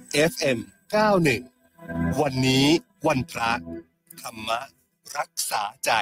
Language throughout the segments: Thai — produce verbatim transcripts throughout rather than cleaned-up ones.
เอฟ เอ็ม เก้าสิบเอ็ด วันนี้วันพระธรรมรักษาใจ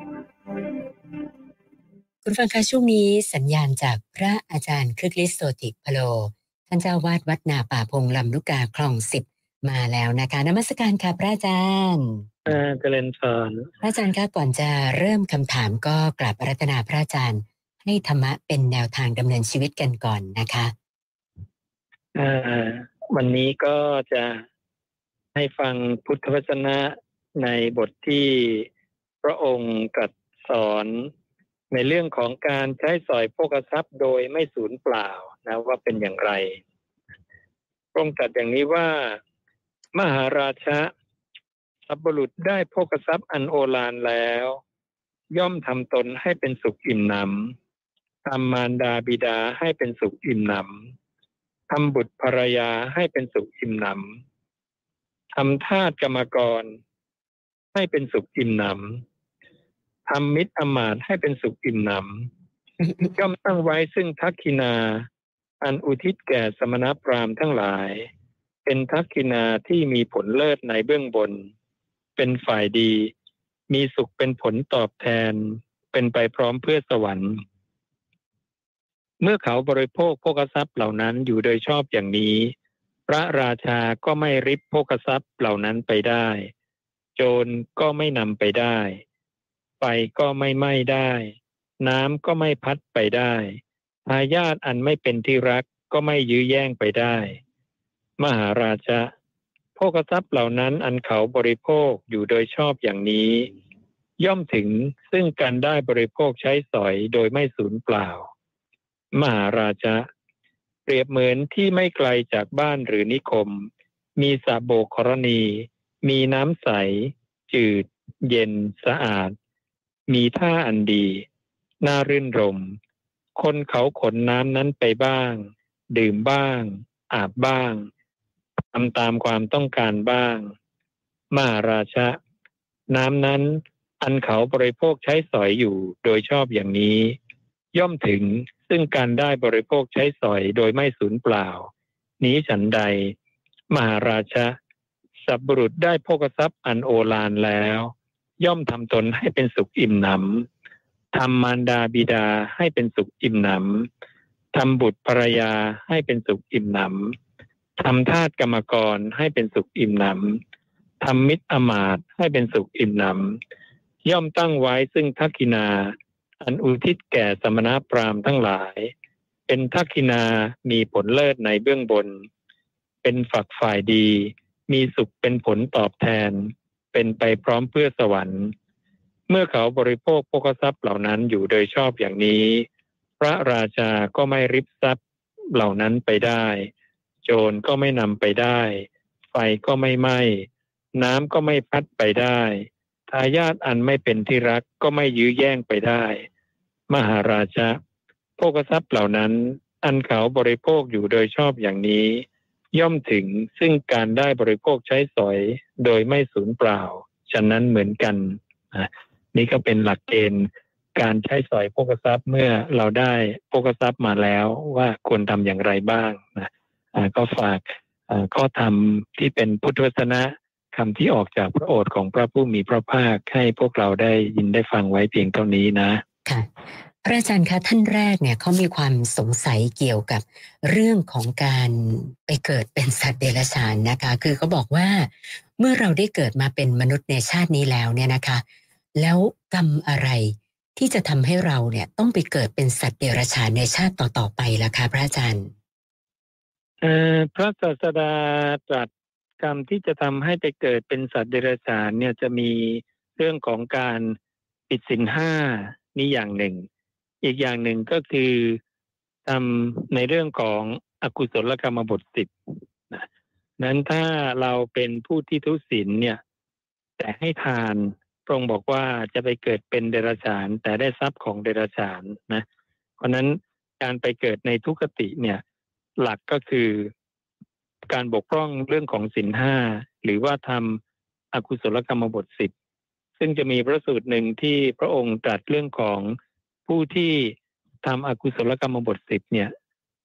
คุณฟังคะช่วงนี้สัญญาณจากพระอาจารย์ครึกฤทธิ์โสติพโลท่านเจ้าวาดวัดนาป่าพงลำลูกกาคลองสิบมาแล้วนะคะนมัสการค่ะพระอาจารย์อ่าเจริญพรพระอาจารย์คะก่อนจะเริ่มคำถามก็กราบอาราธนาพระอาจารย์ให้ธรรมะเป็นแนวทางดำเนินชีวิตกันก่อนนะคะอ่าวันนี้ก็จะให้ฟังพุทธวจนะในบทที่พระองค์ตรัสสอนในเรื่องของการใช้สอยโภคทรัพย์โดยไม่สูญเปล่านะว่าเป็นอย่างไรพระองค์ตรัสอย่างนี้ว่ามหาราชะสัพบุรุษได้โภคทรัพย์อันโอฬารแล้วย่อมทำตนให้เป็นสุขอิ่มหนำทำมารดาบิดาให้เป็นสุขอิ่มหนำทำบุตรภรรยาให้เป็นสุขอิ่มหนำทำทาสกรรมกรให้เป็นสุขอิ่มหนำทำมิตรอมาตย์ให้เป็นสุขอิ่มหนำย่อมตั้งไว้ซึ่งทักขินาอันอุทิศแก่สมณพราหมณ์ทั้งหลายเป็นทักขินาที่มีผลเลิศในเบื้องบนเป็นฝ่ายดีมีสุขเป็นผลตอบแทนเป็นไปพร้อมเพื่อสวรรค์เมื่อเขาบริโภคโภคทรัพย์เหล่านั้นอยู่โดยชอบอย่างนี้พระราชาก็ไม่ริบโภคทรัพย์เหล่านั้นไปได้โจรก็ไม่นำไปได้ไฟก็ไม่ไหม้ได้น้ำก็ไม่พัดไปได้ทายาทอันไม่เป็นที่รักก็ไม่ยื้อแย่งไปได้มหาราชะโภคทรัพย์เหล่านั้นอันเขาบริโภคอยู่โดยชอบอย่างนี้ย่อมถึงซึ่งการได้บริโภคใช้สอยโดยไม่สูญเปล่ามหาราชะเปรียบเหมือนที่ไม่ไกลจากบ้านหรือนิคมมีสระโบกธรณีมีน้ำใสจืดเย็นสะอาดมีท่าอันดีน่ารื่นรมคนเขาขนน้ำนั้นไปบ้างดื่มบ้างอาบบ้างทำตามความต้องการบ้างมหาราชะน้ำนั้นอันเขาบริโภคใช้สอยอยู่โดยชอบอย่างนี้ย่อมถึงซึ่งการได้บริโภคใช้สอยโดยไม่สูญเปล่านี้ฉันใดมหาราชะสัพบุรุษได้โภคทรัพย์อันโอฬารแล้วย่อมทำตนให้เป็นสุขอิ่มหนำทำมารดาบิดาให้เป็นสุขอิ่มหนำทำบุตรภรรยาให้เป็นสุขอิ่มหนำทำทาสกรรมกรให้เป็นสุขอิ่มหนำทำมิตรอมาตย์ให้เป็นสุขอิ่มหนำย่อมตั้งไว้ซึ่งทักขินาอันอุทิศแก่สมณพราหมณ์ทั้งหลายเป็นทักขินามีผลเลิศในเบื้องบนเป็นฝักฝ่ายดีมีสุขเป็นผลตอบแทนเป็นไปพร้อมเพื่อสวรรค์เมื่อเขาบริโภคโภคทรัพย์เหล่านั้นอยู่โดยชอบอย่างนี้พระราชาก็ไม่ริบทรัพย์เหล่านั้นไปได้โจรก็ไม่นำไปได้ไฟก็ไม่ไหม้น้ำก็ไม่พัดไปได้ทายาทอันไม่เป็นที่รักก็ไม่ยื้อแย่งไปได้มหาราชะโภคทรัพย์เหล่านั้นอันเขาบริโภคอยู่โดยชอบอย่างนี้ย่อมถึงซึ่งการได้บริโภคใช้สอยโดยไม่สูญเปล่าฉะนั้นเหมือนกันนี่ก็เป็นหลักเกณฑ์การใช้สอยโภคทรัพย์เมื่อเราได้โภคทรัพย์มาแล้วว่าควรทำอย่างไรบ้างนะก็ฝากข้อธรรมที่เป็นพุทธวจนะคำที่ออกจากพระโอษฐ์ของพระผู้มีพระภาคให้พวกเราได้ยินได้ฟังไว้เพียงเท่านี้นะค่ะพระอาจารย์คะท่านแรกเนี่ยเขามีความสงสัยเกี่ยวกับเรื่องของการไปเกิดเป็นสัตว์เดรัจฉานนะคะคือเขาบอกว่าเมื่อเราได้เกิดมาเป็นมนุษย์ในชาตินี้แล้วเนี่ยนะคะแล้วกรรมอะไรที่จะทำให้เราเนี่ยต้องไปเกิดเป็นสัตว์เดรัจฉานในชาติต่อๆไปล่ะคะพระอาจารย์เอ่อพระศาสดาตรัสกรรมที่จะทำให้ไปเกิดเป็นสัตว์เดรัจฉานเนี่ยจะมีเรื่องของการผิดศีลห้านี่อย่างหนึ่งอีกอย่างหนึ่งก็คือทำในเรื่องของอกุศลกรรมบทสิบนะนั้นถ้าเราเป็นผู้ที่ทุศีลเนี่ยแต่ให้ทานพระองค์บอกว่าจะไปเกิดเป็นเดรัจฉานแต่ได้ทรัพย์ของเดรัจฉานนะเพราะนั้นการไปเกิดในทุกขติเนี่ยหลักก็คือการบกพร่องเรื่องของศีลห้าหรือว่าทำอกุศลกรรมบทสิบซึ่งจะมีพระสูตรหนึ่งที่พระองค์ตรัสเรื่องของผู้ที่ทำอกุศลกรรมบทสิบเนี่ย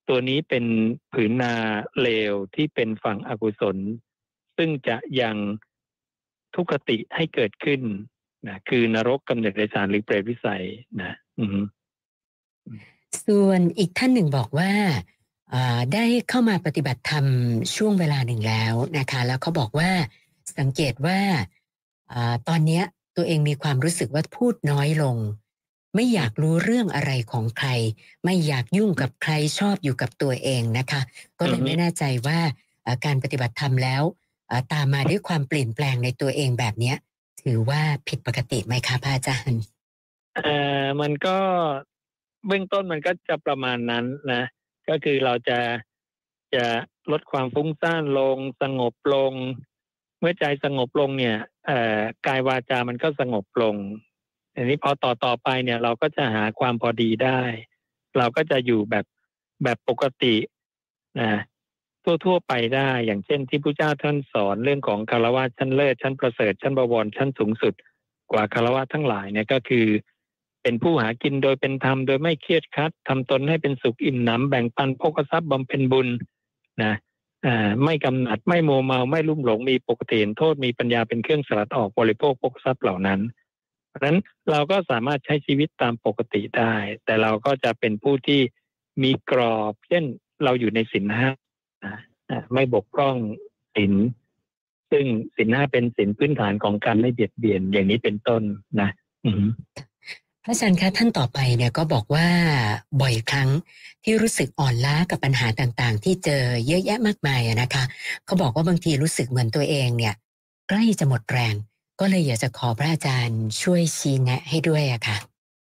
ตัวนี้เป็นผืนนาเลวที่เป็นฝั่งอกุศลซึ่งจะยังทุกขติให้เกิดขึ้นนะคือนรกกำเนิดเดรัจฉานหรือเปรตวิสัยนะอืมส่วนอีกท่านหนึ่งบอกว่าได้เข้ามาปฏิบัติธรรมช่วงเวลาหนึ่งแล้วนะคะแล้วเขาบอกว่าสังเกตว่าตอนนี้ตัวเองมีความรู้สึกว่าพูดน้อยลงไม่อยากรู้เรื่องอะไรของใครไม่อยากยุ่งกับใครชอบอยู่กับตัวเองนะคะก็เลยไม่แน่ใจว่าการปฏิบัติธรรมแล้วตามมาด้วยความเปลี่ยนแปลงในตัวเองแบบนี้ถือว่าผิดปกติไหมคะพระอาจารย์เอ่อมันก็เบื้องต้นมันก็จะประมาณนั้นนะก็คือเราจะจะลดความฟุ้งซ่านลงสงบลงเมื่อใจสงบลงเนี่ยเอ่อกายวาจามันก็สงบลงอันนี้พอต่อต่อไปเนี่ยเราก็จะหาความพอดีได้เราก็จะอยู่แบบแบบปกตินะทั่วๆไปได้อย่างเช่นที่พระเจ้าท่านสอนเรื่องของคารวะชั้นเลิศชั้นประเสริฐชั้นบวรชั้นสูงสุดกว่าคารวะทั้งหลายเนี่ยก็คือเป็นผู้หากินโดยเป็นธรรมโดยไม่เครียดครัดทำตนให้เป็นสุขอิ่มหนำแบ่งปันโภคทรัพย์บำเพ็ญบุญนะอ่าไม่กำหนัดไม่โมเมาไม่ลุ่มหลงมีปกติเห็นโทษมีปัญญาเป็นเครื่องสลัดออกบริโภคโภคทรัพย์เหล่านั้นเพราะฉะนั้นเราก็สามารถใช้ชีวิตตามปกติได้แต่เราก็จะเป็นผู้ที่มีกรอบเช่นเราอยู่ในศีลห้าไม่บกพร่องศีลซึ่งศีลห้าเป็นศีลพื้นฐานของการไม่เบียดเบียนอย่างนี้เป็นต้นนะพระอาจารย์คะท่านต่อไปเนี่ยก็บอกว่าบ่อยครั้งที่รู้สึกอ่อนล้ากับปัญหาต่างๆที่เจอเยอะแยะมากมายนะคะเขาบอกว่าบางทีรู้สึกเหมือนตัวเองเนี่ยใกล้จะหมดแรงก็เลยอยากจะขอพระอาจารย์ช่วยชี้แนะให้ด้วยอะค่ะ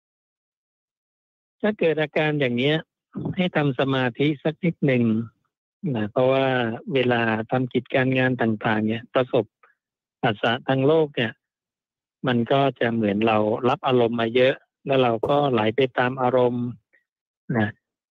ถ้าเกิดอาการอย่างนี้ให้ทำสมาธิสักนิดหนึ่งนะเพราะว่าเวลาทำกิจการงานต่างๆเนี่ยประสบปัสสะทางโลกเนี่ยมันก็จะเหมือนเรารับอารมณ์มาเยอะแล้วเราก็ไหลไปตามอารมณ์นะ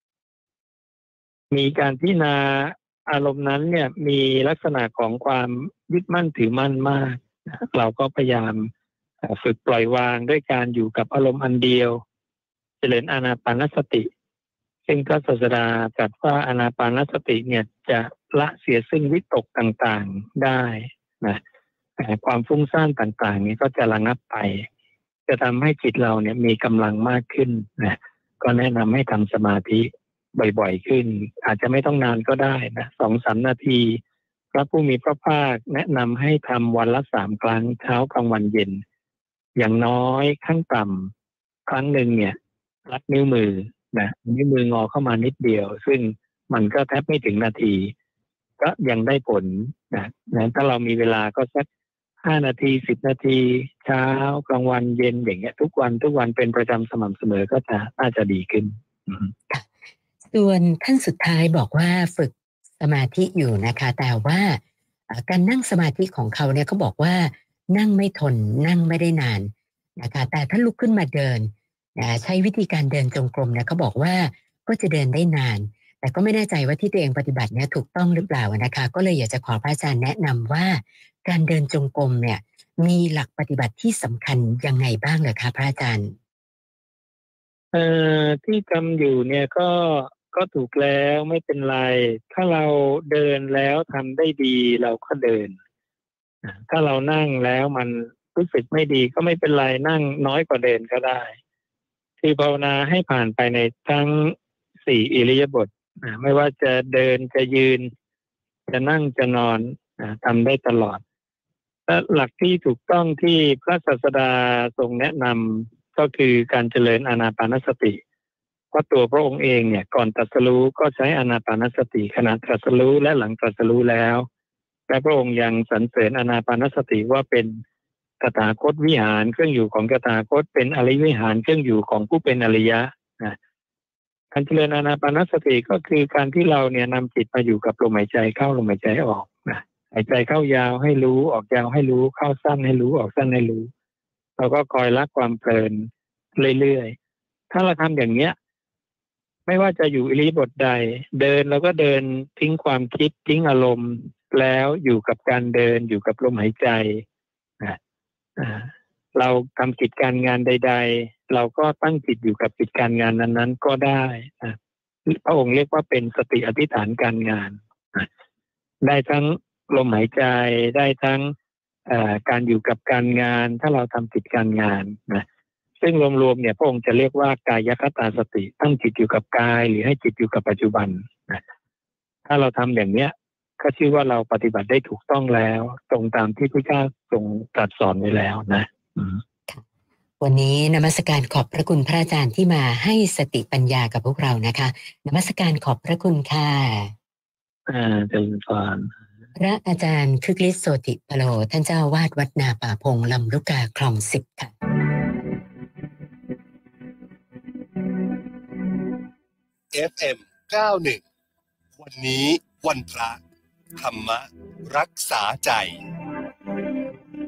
มีการพิจารณาอารมณ์นั้นเนี่ยมีลักษณะของความยึดมั่นถือมั่นมากเราก็พยายามฝึกปล่อยวางด้วยการอยู่กับอารมณ์อันเดียวเจริญอานาปานสติซึ่งพระศาสดาตรัสว่าอานาปานสติเนี่ยจะละเสียซึ่งวิตกต่างๆได้นะความฟุ้งซ่านต่างๆนี้ก็จะระงับไปจะทำให้จิตเราเนี่ยมีกำลังมากขึ้นนะก็แนะนำให้ทำสมาธิบ่อยๆขึ้นอาจจะไม่ต้องนานก็ได้นะสองสามนาทีพระผู้มีพระภาคแนะนำให้ทำวันละสามครั้งเช้ากลางวันเย็นอย่างน้อยขั้นต่ำครั้งหนึ่งเนี่ยรัดนิ้วมือนะนิ้วมืองอเข้ามานิดเดียวซึ่งมันก็แทบไม่ถึงนาทีก็ยังได้ผลนะถ้าเรามีเวลาก็สักห้านาทีสิบนาทีเช้ากลางวันเย็นอย่างเงี้ยทุกวันทุกวันเป็นประจำสม่ำเสมอก็จะน่าจะดีขึ้นส่วนท่านสุดท้ายบอกว่าฝึกสมาธิอยู่นะคะแต่ว่าการนั่งสมาธิของเขาเนี่ยเขาบอกว่านั่งไม่ทนนั่งไม่ได้นานนะคะแต่ถ้าลุกขึ้นมาเดินใช้วิธีการเดินจงกรมเนี่ยเขาบอกว่าก็จะเดินได้นานแต่ก็ไม่แน่ใจว่าที่ตัวเองปฏิบัติเนี่ยถูกต้องหรือเปล่านะคะก็เลยอยากจะขอพระอาจารย์แนะนำว่าการเดินจงกรมเนี่ยมีหลักปฏิบัติที่สำคัญยังไงบ้างเหรอคะพระอาจารย์เอ่อที่ทำอยู่เนี่ยก็ก็ถูกแล้วไม่เป็นไรถ้าเราเดินแล้วทำได้ดีเราก็เดินถ้าเรานั่งแล้วมันรู้สึกไม่ดีก็ไม่เป็นไรนั่งน้อยกว่าเดินก็ได้คือภาวนาให้ผ่านไปในทั้งสี่อิริยาบถไม่ว่าจะเดินจะยืนจะนั่งจะนอนทำได้ตลอดและหลักที่ถูกต้องที่พระศาสดาทรงแนะนำก็คือการเจริญอานาปานสติเพราะตัวพระองค์เองเนี่ยก่อนตรัสรู้ก็ใช้อานาปานสติขณะตรัสรู้และหลังตรัสรู้แล้วและพระองค์ยังสรรเสริญอานาปานสติว่าเป็นตถาคตวิหารเครื่องอยู่ของตถาคตเป็นอริยวิหารเครื่องอยู่ของผู้เป็นอริยะนะการเจริญอานาปานสติก็คือการที่เราเนี่ยนำจิตมาอยู่กับลมหายใจเข้าลมหายใจออกนะหายใจเข้ายาวให้รู้ออกยาวให้รู้เข้าสั้นให้รู้ออกสั้นให้รู้เราก็คอยละความเพลินเรื่อยๆถ้าเราทำอย่างเนี้ยไม่ว่าจะอยู่อิริยาบถใดเดินเราก็เดินทิ้งความคิดทิ้งอารมณ์แล้วอยู่กับการเดินอยู่กับลมหายใจนะเราทำกิจการงานใดๆเราก็ตั้งจิตอยู่กับกิจการงานนั้นๆก็ได้นะพระองค์เรียกว่าเป็นสติอธิษฐานการงานได้ทั้งลมหายใจได้ทั้งการอยู่กับการงานถ้าเราทำจิตการงานนะซึ่งรวมๆเนี่ยพระองค์จะเรียกว่ากายคตาสติตั้งจิตอยู่กับกายหรือให้จิตอยู่กับปัจจุบันนะถ้าเราทำอย่างเนี้ยก็ชื่อว่าเราปฏิบัติได้ถูกต้องแล้วตรงตามที่พระเจ้าทรงตรัสสอนไว้แล้วนะวันนี้นมัสการขอบพระคุณพระอาจารย์ที่มาให้สติปัญญากับพวกเรานะคะนมัสการขอบพระคุณค่ะอ่าเจริญพรพระอาจารย์คึกฤทธิ์โสติพโลท่านเจ้าวาดวัดนาป่าพงลำลูกกาคลองสิบค่ะเอฟ เอ็ม เก้าสิบเอ็ด วันนี้วันพระธรรมะรักษาใจ